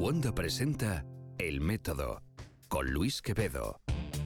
Wanda presenta El Método, con Luis Quevedo.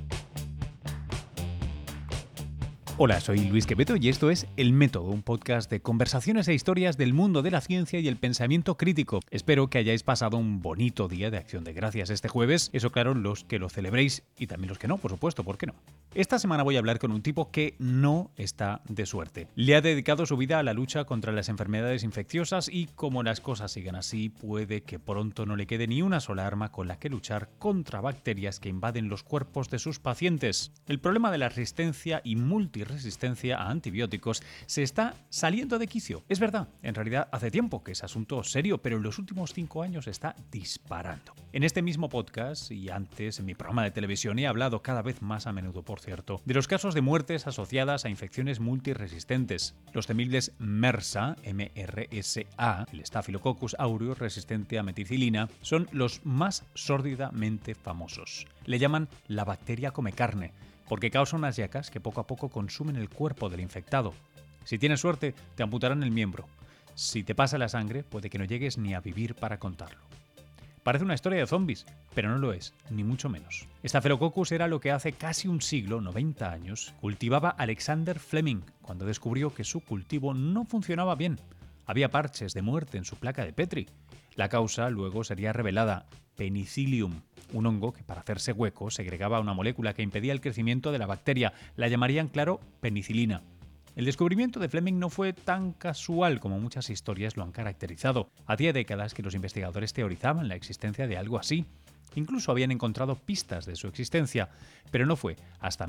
Hola, soy Luis Quevedo y esto es El Método, un podcast de conversaciones e historias del mundo de la ciencia y el pensamiento crítico. Espero que hayáis pasado un bonito día de Acción de Gracias este jueves, eso claro, los que lo celebréis y también los que no, por supuesto, ¿por qué no? Esta semana voy a hablar con un tipo que no está de suerte. Le ha dedicado su vida a la lucha contra las enfermedades infecciosas y como las cosas sigan así, puede que pronto no le quede ni una sola arma con la que luchar contra bacterias que invaden los cuerpos de sus pacientes. El problema de la resistencia y multiresistencia a antibióticos se está saliendo de quicio. Es verdad, en realidad hace tiempo que es asunto serio, pero en los últimos 5 años está disparando. En este mismo podcast y antes en mi programa de televisión he hablado cada vez más a menudo, por cierto, de los casos de muertes asociadas a infecciones multiresistentes. Los temibles MRSA, M-R-S-A, el Staphylococcus aureus resistente a meticilina, son los más sórdidamente famosos. Le llaman la bacteria come carne, porque causa unas yacas que poco a poco consumen el cuerpo del infectado. Si tienes suerte, te amputarán el miembro. Si te pasa la sangre, puede que no llegues ni a vivir para contarlo. Parece una historia de zombies, pero no lo es, ni mucho menos. Staphylococcus era lo que hace casi un siglo, 90 años, cultivaba Alexander Fleming, cuando descubrió que su cultivo no funcionaba bien. Había parches de muerte en su placa de Petri. La causa luego sería revelada: Penicillium, un hongo que para hacerse hueco segregaba una molécula que impedía el crecimiento de la bacteria. La llamarían, claro, penicilina. El descubrimiento de Fleming no fue tan casual como muchas historias lo han caracterizado. Hacía décadas que los investigadores teorizaban la existencia de algo así. Incluso habían encontrado pistas de su existencia, pero no fue hasta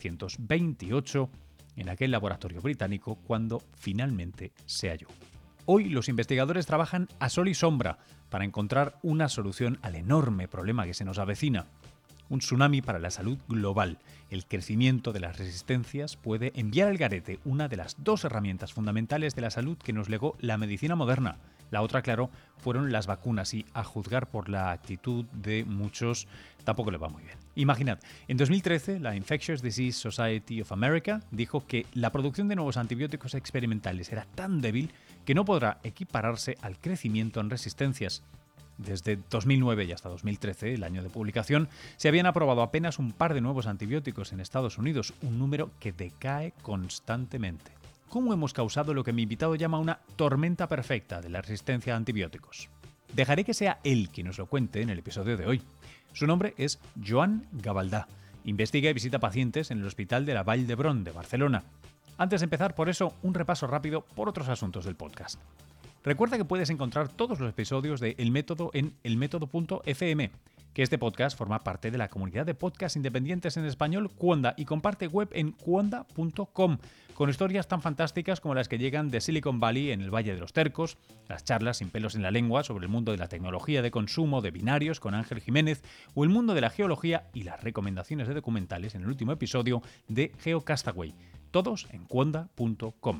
1928, en aquel laboratorio británico, cuando finalmente se halló. Hoy los investigadores trabajan a sol y sombra para encontrar una solución al enorme problema que se nos avecina. Un tsunami para la salud global. El crecimiento de las resistencias puede enviar al garete una de las dos herramientas fundamentales de la salud que nos legó la medicina moderna. La otra, claro, fueron las vacunas y, a juzgar por la actitud de muchos, tampoco le va muy bien. Imaginad, en 2013 la Infectious Disease Society of America dijo que la producción de nuevos antibióticos experimentales era tan débil que no podrá equipararse al crecimiento en resistencias. Desde 2009 y hasta 2013, el año de publicación, se habían aprobado apenas un par de nuevos antibióticos en Estados Unidos, un número que decae constantemente. ¿Cómo hemos causado lo que mi invitado llama una tormenta perfecta de la resistencia a antibióticos? Dejaré que sea él quien nos lo cuente en el episodio de hoy. Su nombre es Joan Gavaldà. Investiga y visita pacientes en el Hospital de la Vall d'Hebron de Barcelona. Antes de empezar, por eso, un repaso rápido por otros asuntos del podcast. Recuerda que puedes encontrar todos los episodios de El Método en elmétodo.fm, que este podcast forma parte de la comunidad de podcasts independientes en español Cuonda y comparte web en cuonda.com, con historias tan fantásticas como las que llegan de Silicon Valley en el Valle de los Tercos, las charlas sin pelos en la lengua sobre el mundo de la tecnología de consumo de binarios con Ángel Jiménez, o el mundo de la geología y las recomendaciones de documentales en el último episodio de GeoCastaway, todos en cuonda.com.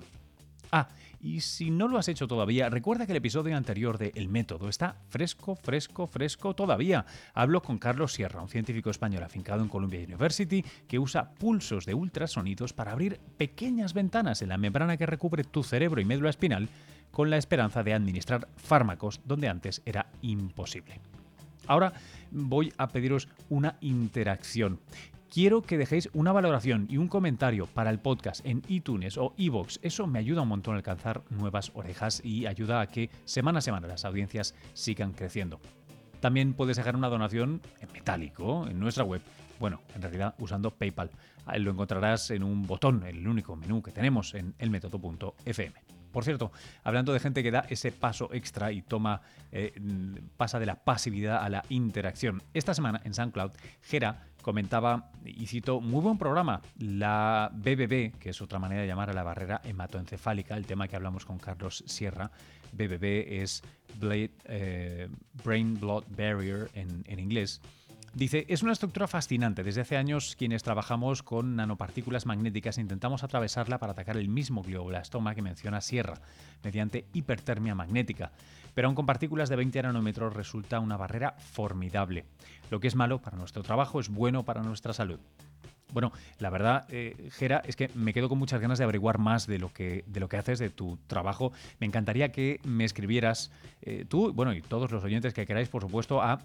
Y si no lo has hecho todavía, recuerda que el episodio anterior de El Método está fresco todavía. Hablo con Carlos Sierra, un científico español afincado en Columbia University que usa pulsos de ultrasonidos para abrir pequeñas ventanas en la membrana que recubre tu cerebro y médula espinal con la esperanza de administrar fármacos donde antes era imposible. Ahora voy a pediros una interacción. Quiero que dejéis una valoración y un comentario para el podcast en iTunes o iVoox. Eso me ayuda un montón a alcanzar nuevas orejas y ayuda a que semana a semana las audiencias sigan creciendo. También puedes dejar una donación en metálico en nuestra web. Bueno, en realidad usando PayPal. Lo encontrarás en un botón, el único menú que tenemos en elmétodo.fm. Por cierto, hablando de gente que da ese paso extra y pasa de la pasividad a la interacción. Esta semana en SoundCloud, Gera comentaba y citó: muy buen programa, la BBB, que es otra manera de llamar a la barrera hematoencefálica, el tema que hablamos con Carlos Sierra. BBB es Brain Blood Barrier en inglés. Dice, es una estructura fascinante. Desde hace años quienes trabajamos con nanopartículas magnéticas intentamos atravesarla para atacar el mismo glioblastoma que menciona Sierra, mediante hipertermia magnética. Pero aún con partículas de 20 nanómetros resulta una barrera formidable. Lo que es malo para nuestro trabajo es bueno para nuestra salud. Bueno, la verdad, Gera, es que me quedo con muchas ganas de averiguar más de lo que haces, de tu trabajo. Me encantaría que me escribieras tú, bueno, y todos los oyentes que queráis, por supuesto, a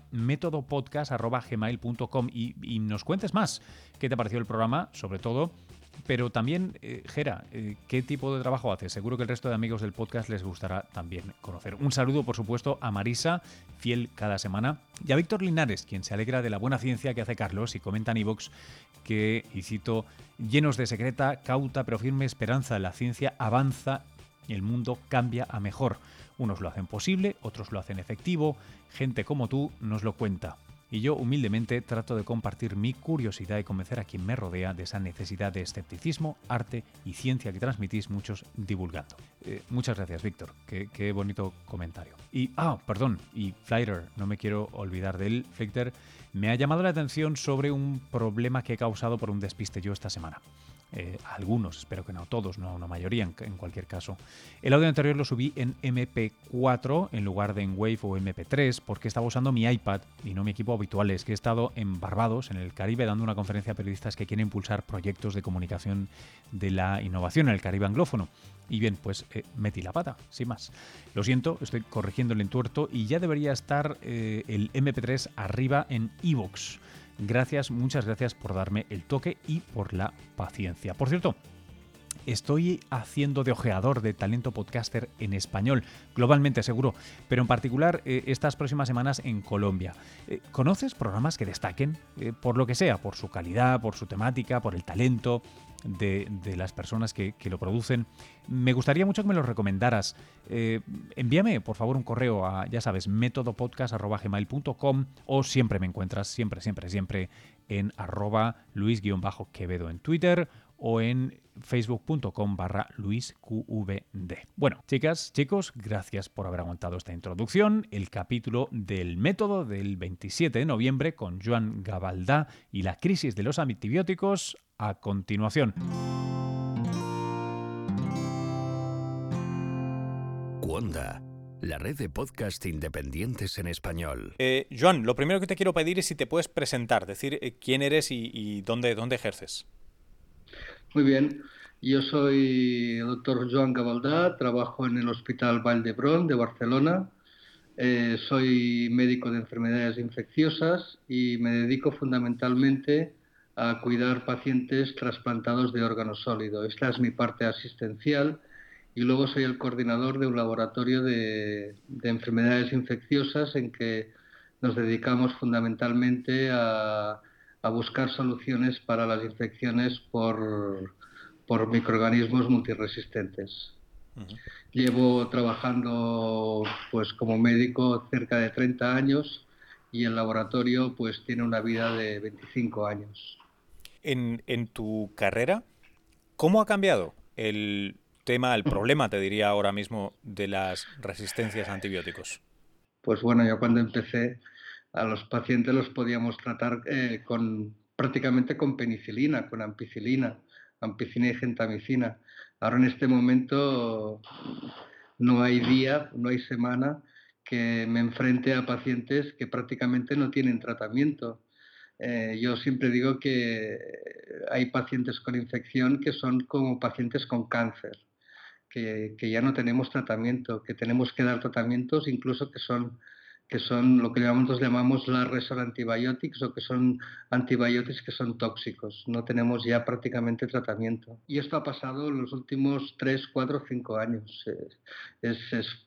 metodopodcast@gmail.com y nos cuentes más qué te pareció el programa, sobre todo. Pero también, Gera, ¿qué tipo de trabajo haces? Seguro que el resto de amigos del podcast les gustará también conocer. Un saludo, por supuesto, a Marisa, fiel cada semana, y a Víctor Linares, quien se alegra de la buena ciencia que hace Carlos y comenta en iVoox que, y cito, llenos de secreta, cauta pero firme esperanza, la ciencia avanza y el mundo cambia a mejor. Unos lo hacen posible, otros lo hacen efectivo, gente como tú nos lo cuenta. Y yo humildemente trato de compartir mi curiosidad y convencer a quien me rodea de esa necesidad de escepticismo, arte y ciencia que transmitís muchos divulgando. Muchas gracias, Víctor. Qué bonito comentario. Y, perdón, y Flighter, no me quiero olvidar de él. Flighter me ha llamado la atención sobre un problema que he causado por un despiste yo esta semana. Algunos, espero que no todos, no una mayoría en cualquier caso. El audio anterior lo subí en MP4 en lugar de en Wave o MP3 porque estaba usando mi iPad y no mi equipo habitual. Es que he estado en Barbados, en el Caribe, dando una conferencia a periodistas que quieren impulsar proyectos de comunicación de la innovación en el Caribe anglófono. Y bien, pues metí la pata, sin más. Lo siento, estoy corrigiendo el entuerto y ya debería estar el MP3 arriba en iVoox. Gracias, muchas gracias por darme el toque y por la paciencia. Por cierto, estoy haciendo de ojeador de talento podcaster en español, globalmente seguro, pero en particular estas próximas semanas en Colombia. ¿Conoces programas que destaquen por lo que sea, por su calidad, por su temática, por el talento de las personas que lo producen? Me gustaría mucho que me los recomendaras. Envíame, por favor, un correo a, ya sabes, metodopodcast@gmail.com o siempre me encuentras, siempre, en @Luis_Quevedo en Twitter o en facebook.com/LuisQVD. Bueno, chicas, chicos, gracias por haber aguantado esta introducción. El capítulo del método del 27 de noviembre con Joan Gavaldà y la crisis de los antibióticos a continuación. Cuonda, la red de podcast independientes en español. Joan, lo primero que te quiero pedir es si te puedes presentar, decir quién eres y dónde ejerces. Muy bien, yo soy el doctor Joan Gavaldà, trabajo en el Hospital Vall d'Hebron de Barcelona, soy médico de enfermedades infecciosas y me dedico fundamentalmente a cuidar pacientes trasplantados de órgano sólido. Esta es mi parte asistencial y luego soy el coordinador de un laboratorio de enfermedades infecciosas en que nos dedicamos fundamentalmente a buscar soluciones para las infecciones por microorganismos multiresistentes. Uh-huh. Llevo trabajando pues como médico cerca de 30 años y el laboratorio pues tiene una vida de 25 años. En tu carrera, ¿cómo ha cambiado el problema, te diría ahora mismo, de las resistencias a antibióticos? Pues bueno, yo cuando empecé a los pacientes los podíamos tratar prácticamente con penicilina, con ampicilina y gentamicina. Ahora en este momento no hay día, no hay semana que me enfrente a pacientes que prácticamente no tienen tratamiento. Yo siempre digo que hay pacientes con infección que son como pacientes con cáncer, que ya no tenemos tratamiento, que tenemos que dar tratamientos incluso que son lo que nosotros llamamos la resol antibiotics o que son antibióticos que son tóxicos. No tenemos ya prácticamente tratamiento. Y esto ha pasado en los últimos 3, 4, 5 años. Es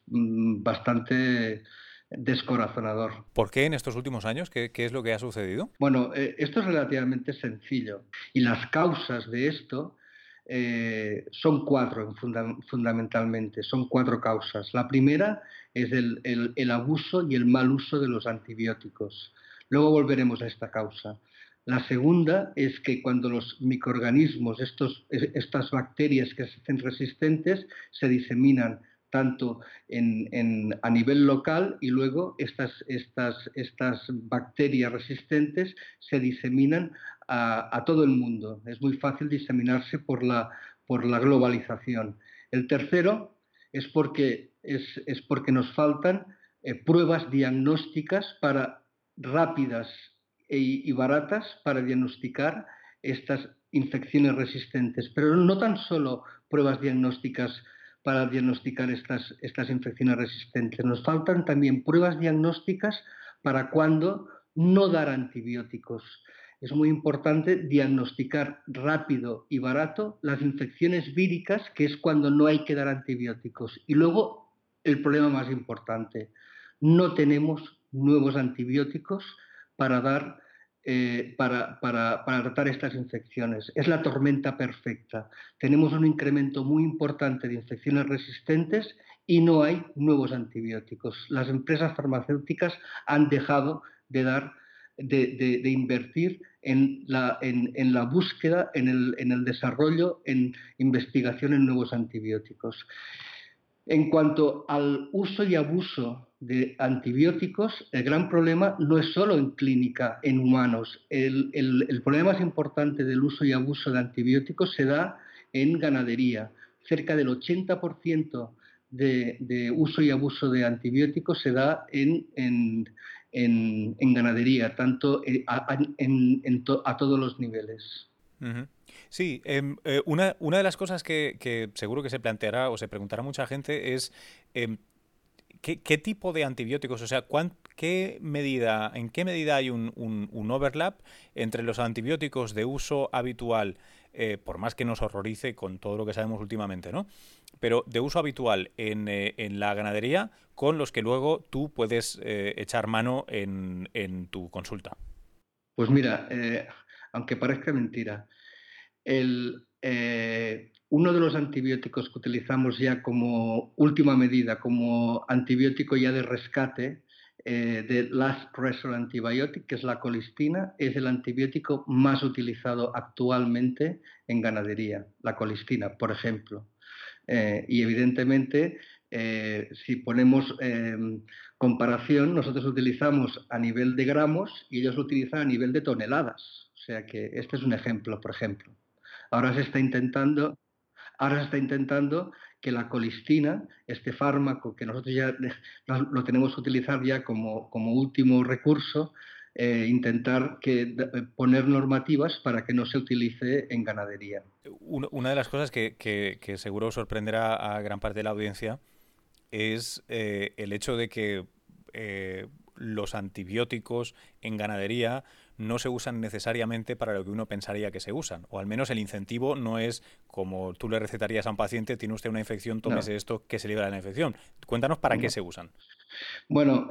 bastante descorazonador. ¿Por qué en estos últimos años? ¿Qué es lo que ha sucedido? Bueno, esto es relativamente sencillo. Y las causas de esto son 4 fundamentalmente, son 4 causas. La primera es el abuso y el mal uso de los antibióticos. Luego volveremos a esta causa. La segunda es que cuando los microorganismos, estas bacterias que se hacen resistentes, se diseminan tanto a nivel local y luego estas bacterias resistentes se diseminan a todo el mundo. Es muy fácil diseminarse por la globalización. El tercero es porque nos faltan pruebas diagnósticas rápidas y baratas para diagnosticar estas infecciones resistentes, pero no tan solo pruebas diagnósticas para diagnosticar estas infecciones resistentes. Nos faltan también pruebas diagnósticas para cuándo no dar antibióticos. Es muy importante diagnosticar rápido y barato las infecciones víricas, que es cuando no hay que dar antibióticos. Y luego, el problema más importante, no tenemos nuevos antibióticos para dar para tratar estas infecciones. Es la tormenta perfecta. Tenemos un incremento muy importante de infecciones resistentes y no hay nuevos antibióticos. Las empresas farmacéuticas han dejado de invertir en la búsqueda, en el desarrollo, en investigación en nuevos antibióticos. En cuanto al uso y abuso de antibióticos, el gran problema no es solo en clínica, en humanos. El problema más importante del uso y abuso de antibióticos se da en ganadería. Cerca del 80% de uso y abuso de antibióticos se da en ganadería, tanto a todos los niveles. Uh-huh. Sí, una de las cosas que seguro que se planteará o se preguntará mucha gente es ¿qué tipo de antibióticos, o sea, en qué medida hay un overlap entre los antibióticos de uso habitual, por más que nos horrorice con todo lo que sabemos últimamente, ¿no? Pero de uso habitual en la ganadería con los que luego tú puedes echar mano en tu consulta. Pues mira, aunque parezca mentira, uno de los antibióticos que utilizamos ya como última medida, como antibiótico ya de rescate, de Last Resort Antibiotic, que es la colistina, es el antibiótico más utilizado actualmente en ganadería, la colistina, por ejemplo. Y evidentemente, si ponemos comparación, nosotros utilizamos a nivel de gramos y ellos lo utilizan a nivel de toneladas. O sea que este es un ejemplo, por ejemplo. Ahora se está intentando que la colistina, este fármaco que nosotros ya lo tenemos que utilizar ya como último recurso, intentar poner normativas para que no se utilice en ganadería. Una de las cosas que seguro sorprenderá a gran parte de la audiencia es el hecho de que los antibióticos en ganadería no se usan necesariamente para lo que uno pensaría que se usan, o al menos el incentivo no es como tú le recetarías a un paciente: tiene usted una infección, tómese esto que se libra de la infección. Cuéntanos para qué se usan. Bueno,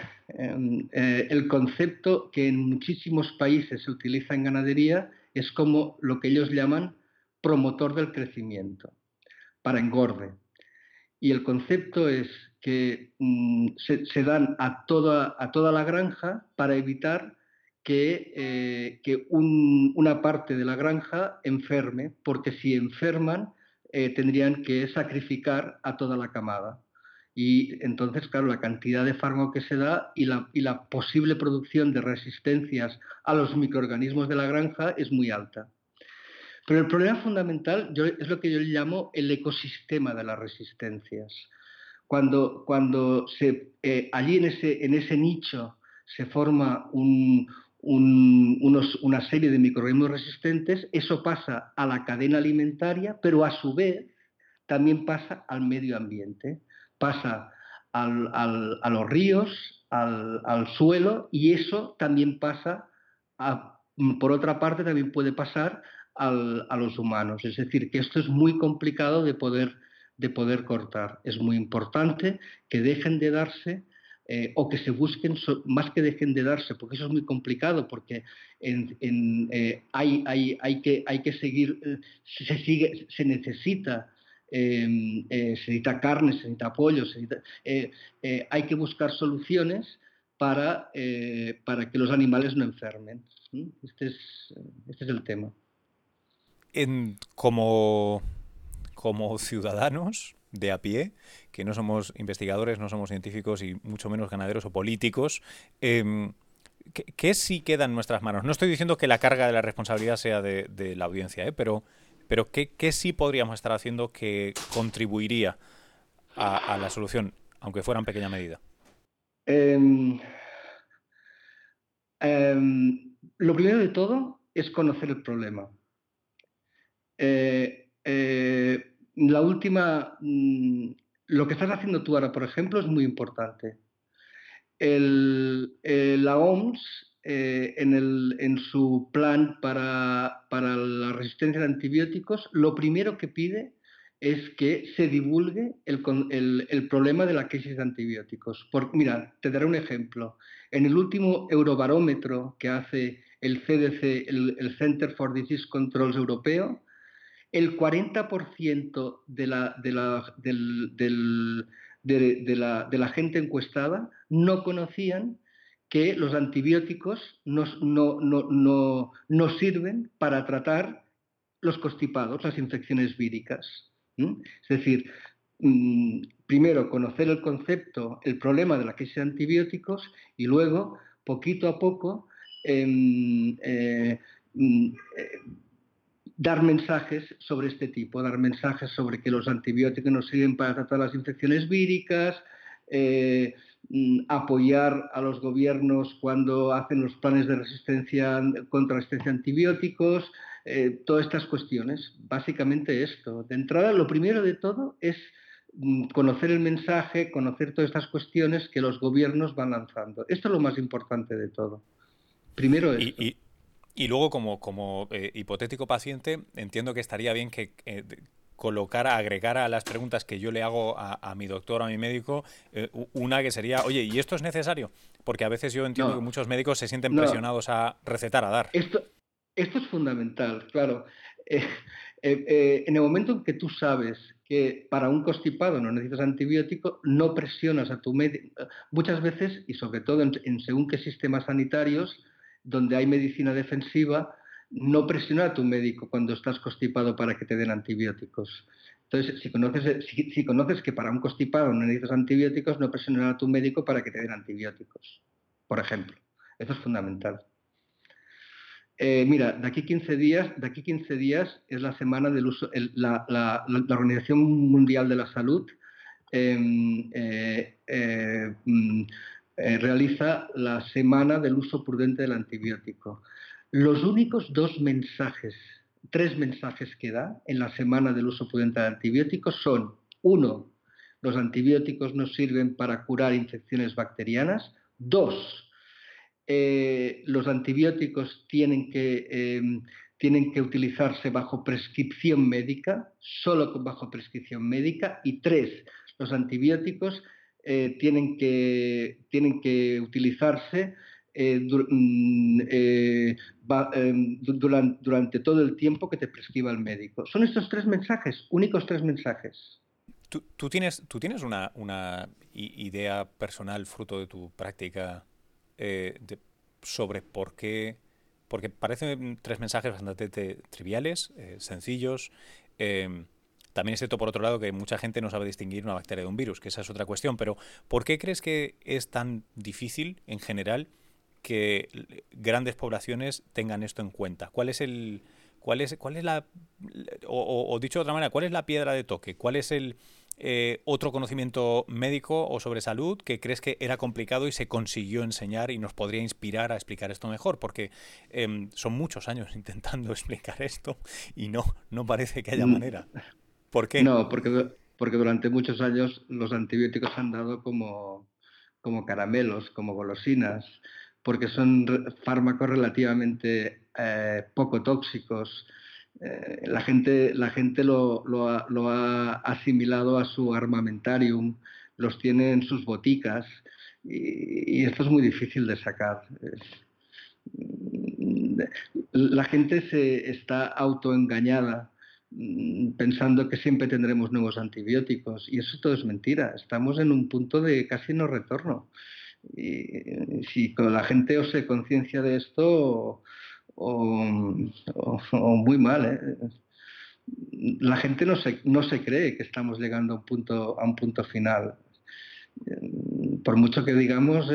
el concepto que en muchísimos países se utiliza en ganadería es como lo que ellos llaman promotor del crecimiento, para engorde. Y el concepto es que se dan a toda la granja para evitar que una parte de la granja enferme, porque si enferman tendrían que sacrificar a toda la camada. Y entonces, claro, la cantidad de fármaco que se da y la posible producción de resistencias a los microorganismos de la granja es muy alta. Pero el problema fundamental es lo que yo llamo el ecosistema de las resistencias. Cuando allí en ese nicho se forma una serie de microorganismos resistentes, eso pasa a la cadena alimentaria, pero a su vez también pasa al medio ambiente, pasa a los ríos, al suelo, y eso también pasa, por otra parte, también puede pasar a los humanos. Es decir, que esto es muy complicado de poder cortar. Es muy importante que dejen de darse o que se busquen, más que dejen de darse, porque eso es muy complicado, porque hay que seguir, se necesita carne, se necesita pollo, hay que buscar soluciones para que los animales no enfermen. Este es el tema. Como ciudadanos de a pie, que no somos investigadores, no somos científicos y mucho menos ganaderos o políticos, ¿qué sí queda en nuestras manos? No estoy diciendo que la carga de la responsabilidad sea de la audiencia, pero ¿qué sí podríamos estar haciendo que contribuiría a la solución, aunque fuera en pequeña medida? Lo primero de todo es conocer el problema. La última, lo que estás haciendo tú ahora, por ejemplo, es muy importante. La OMS, en su plan para la resistencia de antibióticos, lo primero que pide es que se divulgue el problema de la crisis de antibióticos. Mira, te daré un ejemplo. En el último Eurobarómetro que hace el CDC, el Center for Disease Control europeo, el 40% de la gente encuestada no conocían que los antibióticos no sirven para tratar los constipados, las infecciones víricas. Es decir, primero conocer el concepto, el problema de la crisis de antibióticos y luego, poquito a poco, dar mensajes sobre este tipo, dar mensajes sobre que los antibióticos nos sirven para tratar las infecciones víricas, apoyar a los gobiernos cuando hacen los planes de resistencia contra resistencia a antibióticos, todas estas cuestiones. Básicamente esto. De entrada, lo primero de todo es conocer el mensaje, conocer todas estas cuestiones que los gobiernos van lanzando. Esto es lo más importante de todo. Primero esto. Y luego, como hipotético paciente, entiendo que estaría bien que agregara a las preguntas que yo le hago a mi doctor o a mi médico, una que sería, oye, ¿y esto es necesario? Porque a veces yo entiendo que muchos médicos se sienten presionados a recetar, a dar. Esto es fundamental, claro. En el momento en que tú sabes que para un constipado no necesitas antibiótico, no presionas a tu médico. Muchas veces, y sobre todo en según qué sistemas sanitarios, donde hay medicina defensiva, no presiona a tu médico cuando estás constipado para que te den antibióticos. Entonces, si conoces que para un constipado no necesitas antibióticos, no presionar a tu médico para que te den antibióticos, por ejemplo. Eso es fundamental. Mira, de aquí 15 días es la semana del uso, la Organización Mundial de la Salud realiza la semana del uso prudente del antibiótico. Los únicos tres mensajes que da en la semana del uso prudente del antibiótico son: 1, los antibióticos no sirven para curar infecciones bacterianas. 2, los antibióticos tienen que utilizarse bajo prescripción médica, solo bajo prescripción médica. Y 3, los antibióticos tienen que utilizarse durante todo el tiempo que te prescriba el médico. Son estos 3 mensajes, únicos 3 mensajes. ¿Tú tienes una idea personal fruto de tu práctica sobre por qué? Porque parecen 3 mensajes bastante triviales, sencillos. También es cierto, por otro lado, que mucha gente no sabe distinguir una bacteria de un virus, que esa es otra cuestión. Pero ¿por qué crees que es tan difícil, en general, que grandes poblaciones tengan esto en cuenta? ¿Cuál es la, o dicho de otra manera, cuál es la piedra de toque? ¿Cuál es el otro conocimiento médico o sobre salud que crees que era complicado y se consiguió enseñar y nos podría inspirar a explicar esto mejor? Porque son muchos años intentando explicar esto y no parece que haya manera. ¿Por qué? No, porque durante muchos años los antibióticos se han dado como caramelos, como golosinas, porque son fármacos relativamente poco tóxicos. La gente lo ha asimilado a su armamentarium, los tiene en sus boticas y esto es muy difícil de sacar. La gente se está autoengañada pensando que siempre tendremos nuevos antibióticos, y eso todo es mentira. Estamos en un punto de casi no retorno. Y si la gente o se conciencia de esto o muy mal, ¿eh? La gente no se cree que estamos llegando a un punto final. Por mucho que digamos,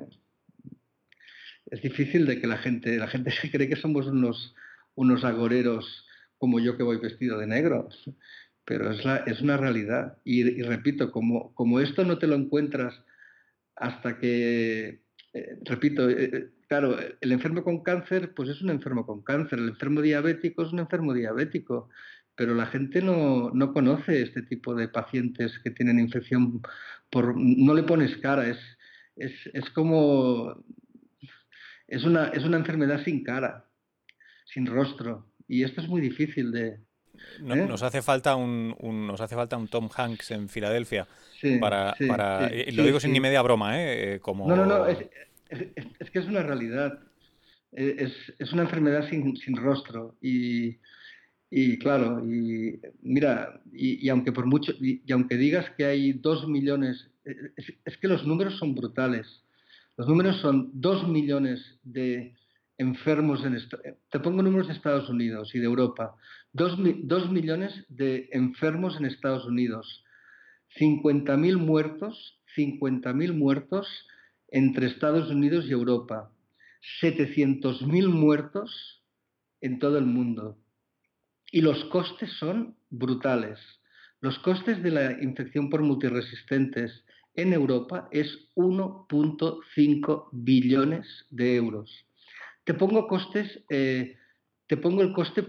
es difícil de que la gente se cree que somos unos agoreros como yo, que voy vestido de negro, pero es una realidad. Y repito, como esto no te lo encuentras hasta que, repito, claro, el enfermo con cáncer pues es un enfermo con cáncer, el enfermo diabético es un enfermo diabético. pero la gente no conoce este tipo de pacientes que tienen infección no le pones cara, es como, es una enfermedad sin cara, sin rostro, y esto es muy difícil ¿eh? Nos hace falta nos hace falta un Tom Hanks en Filadelfia Sí, sí, sí, y lo sí, digo sin ni sí. media broma, No, como es que es una realidad. Es una enfermedad sin rostro y claro, y mira, y aunque por mucho, y aunque digas que hay 2 millones, es que los números son brutales. Los números son 2 millones de enfermos te pongo números de Estados Unidos y de Europa. 2 millones de enfermos en Estados Unidos. 50.000 muertos, 50.000 muertos entre Estados Unidos y Europa. 700.000 muertos en todo el mundo. Y los costes son brutales. Los costes de la infección por multiresistentes en Europa es 1,5 billones de euros. Te pongo costes, te pongo el coste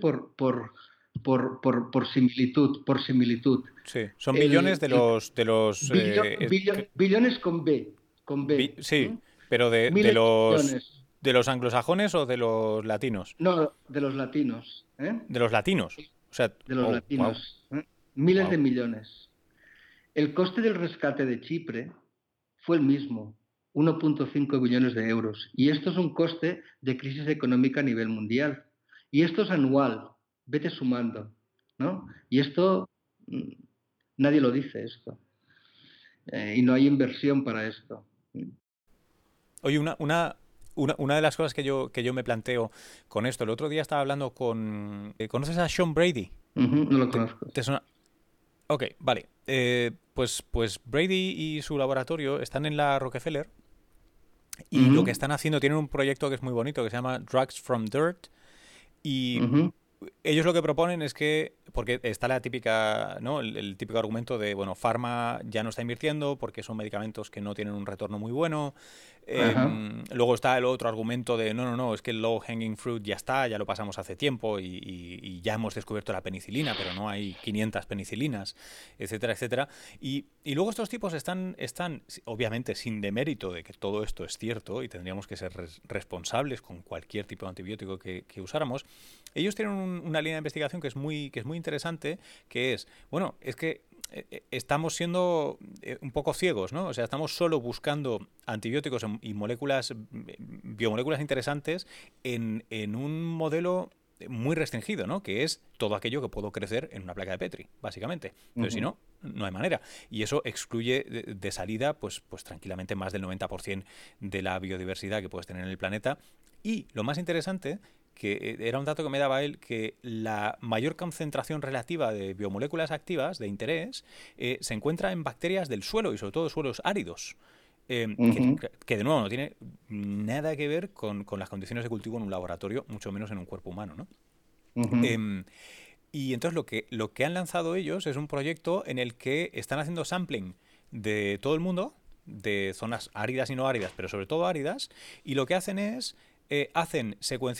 por similitud, por similitud. sí, son billones El, de el billones con B, sí, pero miles de millones, de los anglosajones o de los latinos, no, de los latinos, de los latinos, o sea, de los oh, wow, latinos, miles de wow. millones. El coste del rescate de Chipre fue el mismo, 1,5 billones de euros. Y esto es un coste de crisis económica a nivel mundial. Y esto es anual, vete sumando, ¿no? Y esto, nadie lo dice esto. Y no hay inversión para esto. Oye, una de las cosas que yo me planteo con esto, el otro día estaba hablando con... ¿Conoces a Sean Brady? No lo ¿Te, conozco. te suena? Ok, vale. Pues Brady y su laboratorio están en la Rockefeller y lo que Ujú, están haciendo, tienen un proyecto que es muy bonito que se llama Drugs from Dirt y ujú, ellos lo que proponen es que, porque está la típica, ¿no? El típico argumento de, bueno, Pharma ya no está invirtiendo porque son medicamentos que no tienen un retorno muy bueno. ajá, Luego está el otro argumento de, no, es que el low hanging fruit ya está, ya lo pasamos hace tiempo y ya hemos descubierto la penicilina, pero no hay 500 penicilinas, etcétera, etcétera. Y luego estos tipos están, obviamente, sin demérito de que todo esto es cierto y tendríamos que ser responsables con cualquier tipo de antibiótico que usáramos. Ellos tienen una línea de investigación que es muy interesante, que es, bueno, es que estamos siendo un poco ciegos, ¿no? O sea, estamos solo buscando antibióticos y moléculas, biomoléculas interesantes en un modelo muy restringido, ¿no? Que es todo aquello que puedo crecer en una placa de Petri, básicamente. Entonces, si ujú, no, no hay manera. Y eso excluye de salida, pues tranquilamente más del 90% de la biodiversidad que puedes tener en el planeta. Y lo más interesante, que era un dato que me daba él, que la mayor concentración relativa de biomoléculas activas de interés se encuentra en bacterias del suelo y sobre todo suelos áridos. ujú, Que de nuevo no tiene nada que ver con las condiciones de cultivo en un laboratorio, mucho menos en un cuerpo humano, ¿no? ujú, Em, y entonces lo que han lanzado ellos es un proyecto en el que están haciendo sampling de todo el mundo, de zonas áridas y no áridas, pero sobre todo áridas, y lo que hacen es, hacen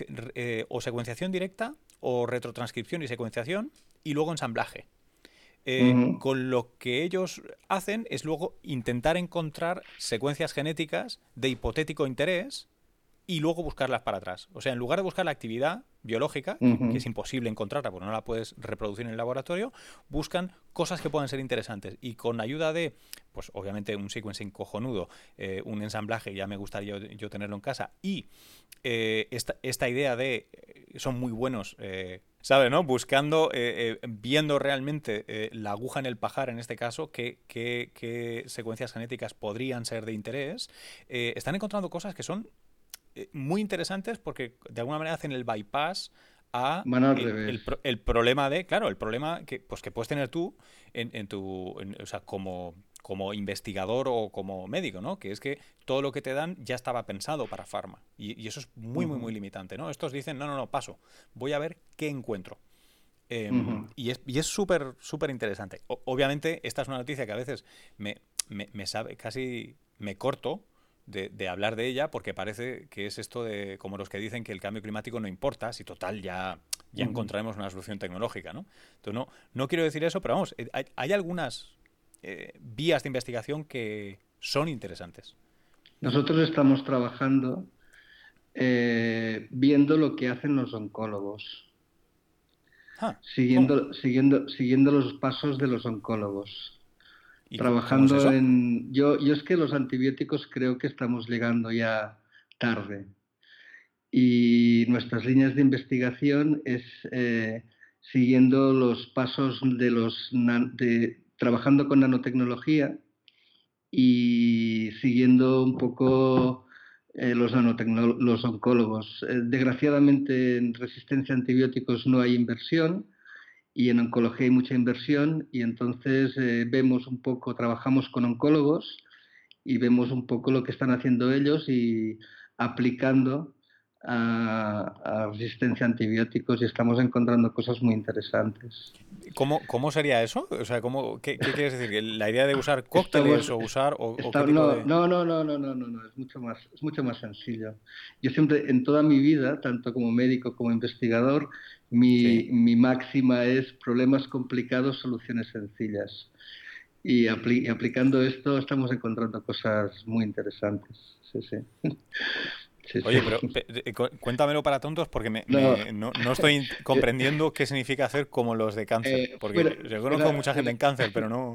o secuenciación directa o retrotranscripción y secuenciación y luego ensamblaje. ujú, Con lo que ellos hacen es luego intentar encontrar secuencias genéticas de hipotético interés y luego buscarlas para atrás. O sea, en lugar de buscar la actividad biológica, que es ujú. imposible encontrarla porque no la puedes reproducir en el laboratorio, buscan cosas que puedan ser interesantes. Y con ayuda de, pues obviamente un sequencing cojonudo, un ensamblaje, ya me gustaría yo tenerlo en casa, y esta idea de, son muy buenos, ¿sabe, no? Buscando, viendo realmente la aguja en el pajar, en este caso, qué secuencias genéticas podrían ser de interés, están encontrando cosas que son muy interesantes porque de alguna manera hacen el bypass a Van al revés. el problema de, claro, el problema que puedes tener tú o sea, como investigador o como médico, ¿no? Que es que todo lo que te dan ya estaba pensado para farma. Y eso es muy Ujú, limitante, ¿no? Estos dicen, no, paso. Voy a ver qué encuentro. ujú. Y es súper interesante. Obviamente, esta es una noticia que a veces me sabe, casi me corto de hablar de ella porque parece que es esto de como los que dicen que el cambio climático no importa, si total ya ya encontraremos una solución tecnológica, ¿no? Entonces, no quiero decir eso, pero vamos, hay algunas vías de investigación que son interesantes. Nosotros estamos trabajando viendo lo que hacen los oncólogos, ¿Cómo? siguiendo los pasos de los oncólogos. ¿Y cómo es Trabajando eso? yo es que los antibióticos creo que estamos llegando ya tarde. Y nuestras líneas de investigación es siguiendo los pasos trabajando con nanotecnología y siguiendo un poco los oncólogos. Desgraciadamente en resistencia a antibióticos no hay inversión y en oncología hay mucha inversión y entonces vemos un poco, trabajamos con oncólogos y vemos un poco lo que están haciendo ellos y aplicando a resistencia a antibióticos y estamos encontrando cosas muy interesantes. ¿Cómo sería eso? O sea, qué quieres decir? ¿La idea de usar cócteles Estamos, o usar o qué tipo de...? no, es mucho más sencillo. Yo siempre, en toda mi vida, tanto como médico como investigador, Sí. mi máxima es problemas complicados, soluciones sencillas. Y aplicando esto estamos encontrando cosas muy interesantes. Sí, sí. Sí, sí. Oye, pero cuéntamelo para tontos porque No, no estoy yo- comprendiendo qué significa hacer como los de cáncer. fuera, Porque yo conozco fuera, mucha gente en cáncer, pero no...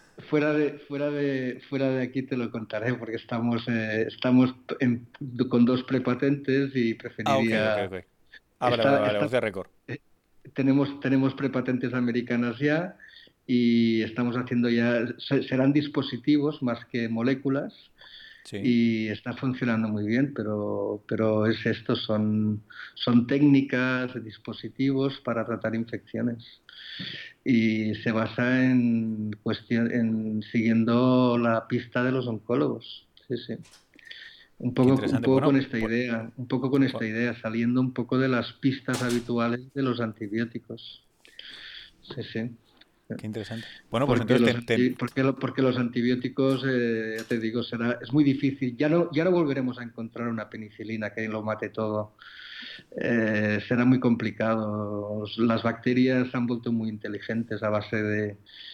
fuera de aquí te lo contaré porque estamos con dos prepatentes y Ah, ok, ok, preferiría. ok. Ah, vale, vale, Está, vale, está, off the record. eh, tenemos prepatentes americanas ya y estamos haciendo ya, serán dispositivos más que moléculas Sí. y está funcionando muy bien, pero es esto, son técnicas, dispositivos para tratar infecciones y se basa en siguiendo la pista de los oncólogos. Sí, sí. Qué Un interesante. poco con Bueno, esta idea, saliendo un poco de las pistas habituales de los antibióticos. Sí, sí. qué interesante. Bueno, pues Porque entonces porque los antibióticos, ya te digo, es muy difícil. Ya no volveremos a encontrar una penicilina que lo mate todo. Será muy complicado. Las bacterias se han vuelto muy inteligentes a base de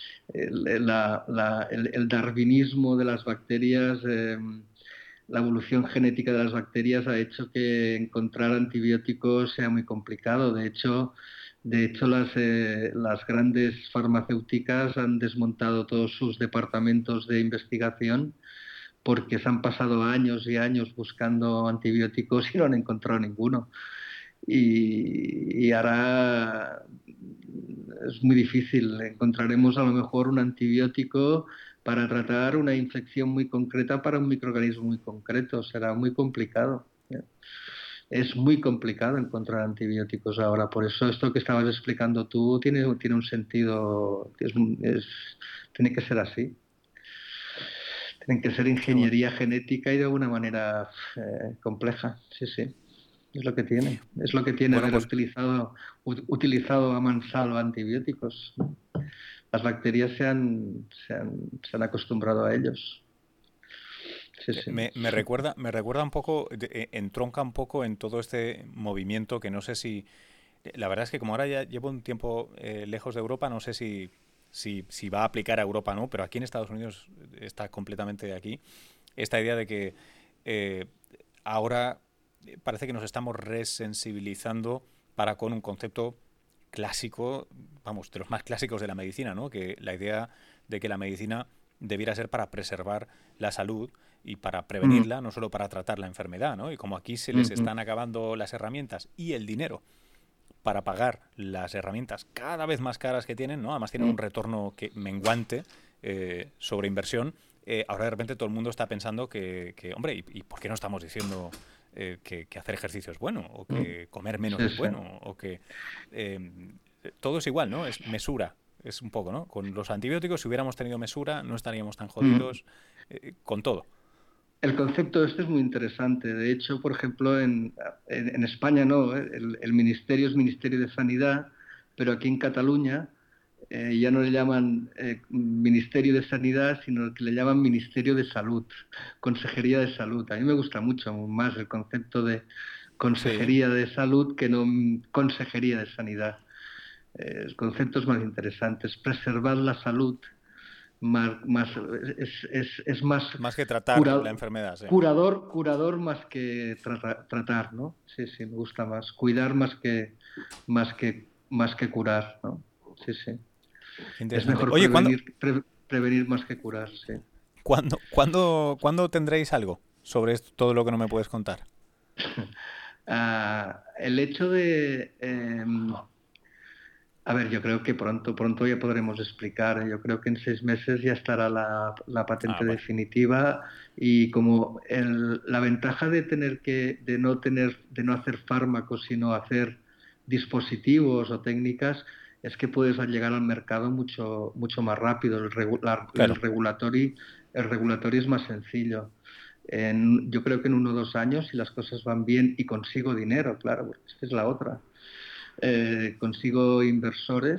el darwinismo de las bacterias. La evolución genética de las bacterias ha hecho que encontrar antibióticos sea muy complicado. De hecho las grandes farmacéuticas han desmontado todos sus departamentos de investigación porque se han pasado años y años buscando antibióticos y no han encontrado ninguno. Y ahora es muy difícil. Encontraremos a lo mejor un antibiótico para tratar una infección muy concreta para un microorganismo muy concreto. Será muy complicado. Es muy complicado encontrar antibióticos ahora. Por eso esto que estabas explicando tú tiene un sentido, tiene que ser así. Tienen que ser qué bueno. ingeniería genética y de alguna manera compleja. Sí, sí. Es lo que tiene. Es lo que tiene Bueno, haber pues utilizado a mansalva antibióticos. Las bacterias se han acostumbrado a ellos. Sí, sí. me recuerda un poco, entronca un poco en todo este movimiento que no sé si... La verdad es que como ahora ya llevo un tiempo lejos de Europa, no sé si va a aplicar a Europa o no, pero aquí en Estados Unidos está completamente aquí. Esta idea de que ahora parece que nos estamos resensibilizando para con un concepto clásico, vamos, de los más clásicos de la medicina, ¿no? Que la idea de que la medicina debiera ser para preservar la salud y para Mm, prevenirla, no solo para tratar la enfermedad, ¿no? Y como aquí se les mm, están acabando las herramientas y el dinero para pagar las herramientas cada vez más caras que tienen, ¿no? Además tienen un mm, retorno menguante sobre inversión. Ahora de repente todo el mundo está pensando hombre, ¿y por qué no estamos diciendo que hacer ejercicio es bueno? O mm. que comer menos Sí, es sí. bueno, o que eh, todo es igual, ¿no? Es mesura, es un poco, ¿no? Con los antibióticos, si hubiéramos tenido mesura, no estaríamos tan Mm. jodidos con todo. El concepto este es muy interesante. De hecho, por ejemplo, en España no, el ministerio es Ministerio de Sanidad, pero aquí en Cataluña ya no le llaman Ministerio de Sanidad, sino que le llaman Ministerio de Salud, Consejería de Salud. A mí me gusta mucho más el concepto consejería de salud que no consejería de sanidad. Conceptos más interesantes. Preservar la salud es más que tratar la enfermedad. Sí. Curador más que tratar, ¿no? Sí, me gusta más. Cuidar más que curar, ¿no? Sí. Es mejor prevenir más que curar, sí. ¿Cuándo tendréis algo sobre esto, todo lo que no me puedes contar? El hecho de... a ver, yo creo que pronto ya podremos explicar. Yo creo que en 6 meses ya estará la patente definitiva, y como la ventaja de no hacer fármacos, sino hacer dispositivos o técnicas, es que puedes llegar al mercado mucho más rápido. El regulatory es más sencillo. Yo creo que en 1 o 2 años, si las cosas van bien y consigo dinero, claro, porque esta es la otra. Consigo inversores,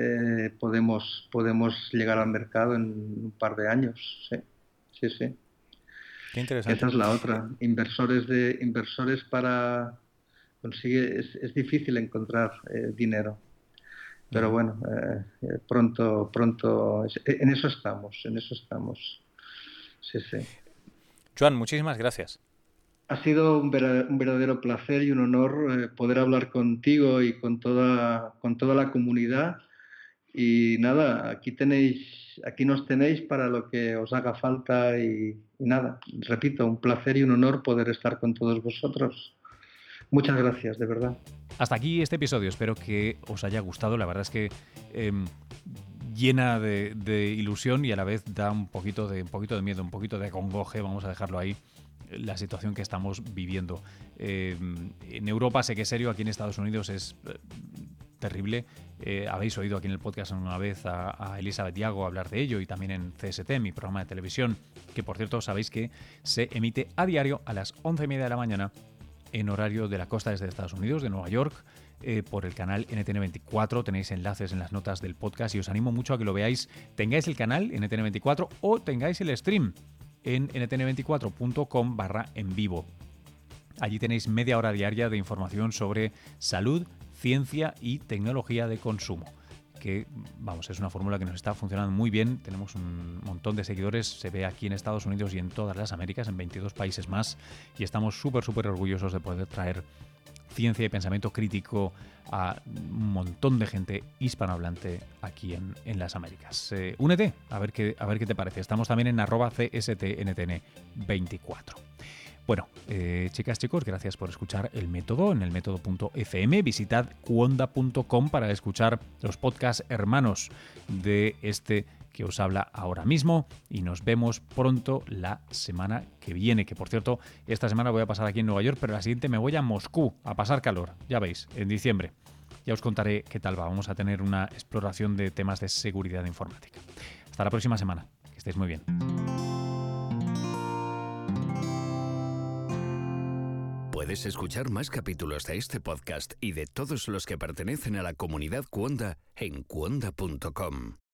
podemos llegar al mercado en un par de años. Sí. Qué interesante. Esa es la otra. Inversores para conseguir, es difícil encontrar dinero. Pero bueno, pronto, en eso estamos. Sí. Joan, muchísimas gracias. Ha sido un verdadero placer y un honor poder hablar contigo y con toda la comunidad. Y nada, aquí nos tenéis para lo que os haga falta, y nada, repito, un placer y un honor poder estar con todos vosotros. Muchas gracias, de verdad. Hasta aquí este episodio, espero que os haya gustado. La verdad es que llena de ilusión y a la vez da un poquito de miedo, un poquito de congoje, vamos a dejarlo ahí, la situación que estamos viviendo. En Europa sé que es serio, aquí en Estados Unidos es terrible. Habéis oído aquí en el podcast una vez a Elizabeth Diago hablar de ello, y también en CST, mi programa de televisión, que por cierto sabéis que se emite a diario a las 11:30 de la mañana en horario de la costa este de Estados Unidos, de Nueva York, por el canal NTN24. Tenéis enlaces en las notas del podcast y os animo mucho a que lo veáis. Tengáis el canal NTN24 o tengáis el stream en ntn24.com/en vivo. Allí tenéis media hora diaria de información sobre salud, ciencia y tecnología de consumo, que vamos, es una fórmula que nos está funcionando muy bien. Tenemos un montón de seguidores, se ve aquí en Estados Unidos y en todas las Américas, en 22 países más, y estamos súper orgullosos de poder traer ciencia y pensamiento crítico a un montón de gente hispanohablante aquí en las Américas. Únete, a ver qué te parece. Estamos también en @CSTNTN24. Bueno, chicas, chicos, gracias por escuchar El Método en elmétodo.fm. Visitad cuonda.com para escuchar los podcasts hermanos de este que os habla ahora mismo, y nos vemos pronto la semana que viene, que por cierto, esta semana voy a pasar aquí en Nueva York, pero la siguiente me voy a Moscú a pasar calor, ya veis, en diciembre. Ya os contaré qué tal va. Vamos a tener una exploración de temas de seguridad informática. Hasta la próxima semana. Que estéis muy bien. Puedes escuchar más capítulos de este podcast y de todos los que pertenecen a la comunidad Cuonda en cuonda.com.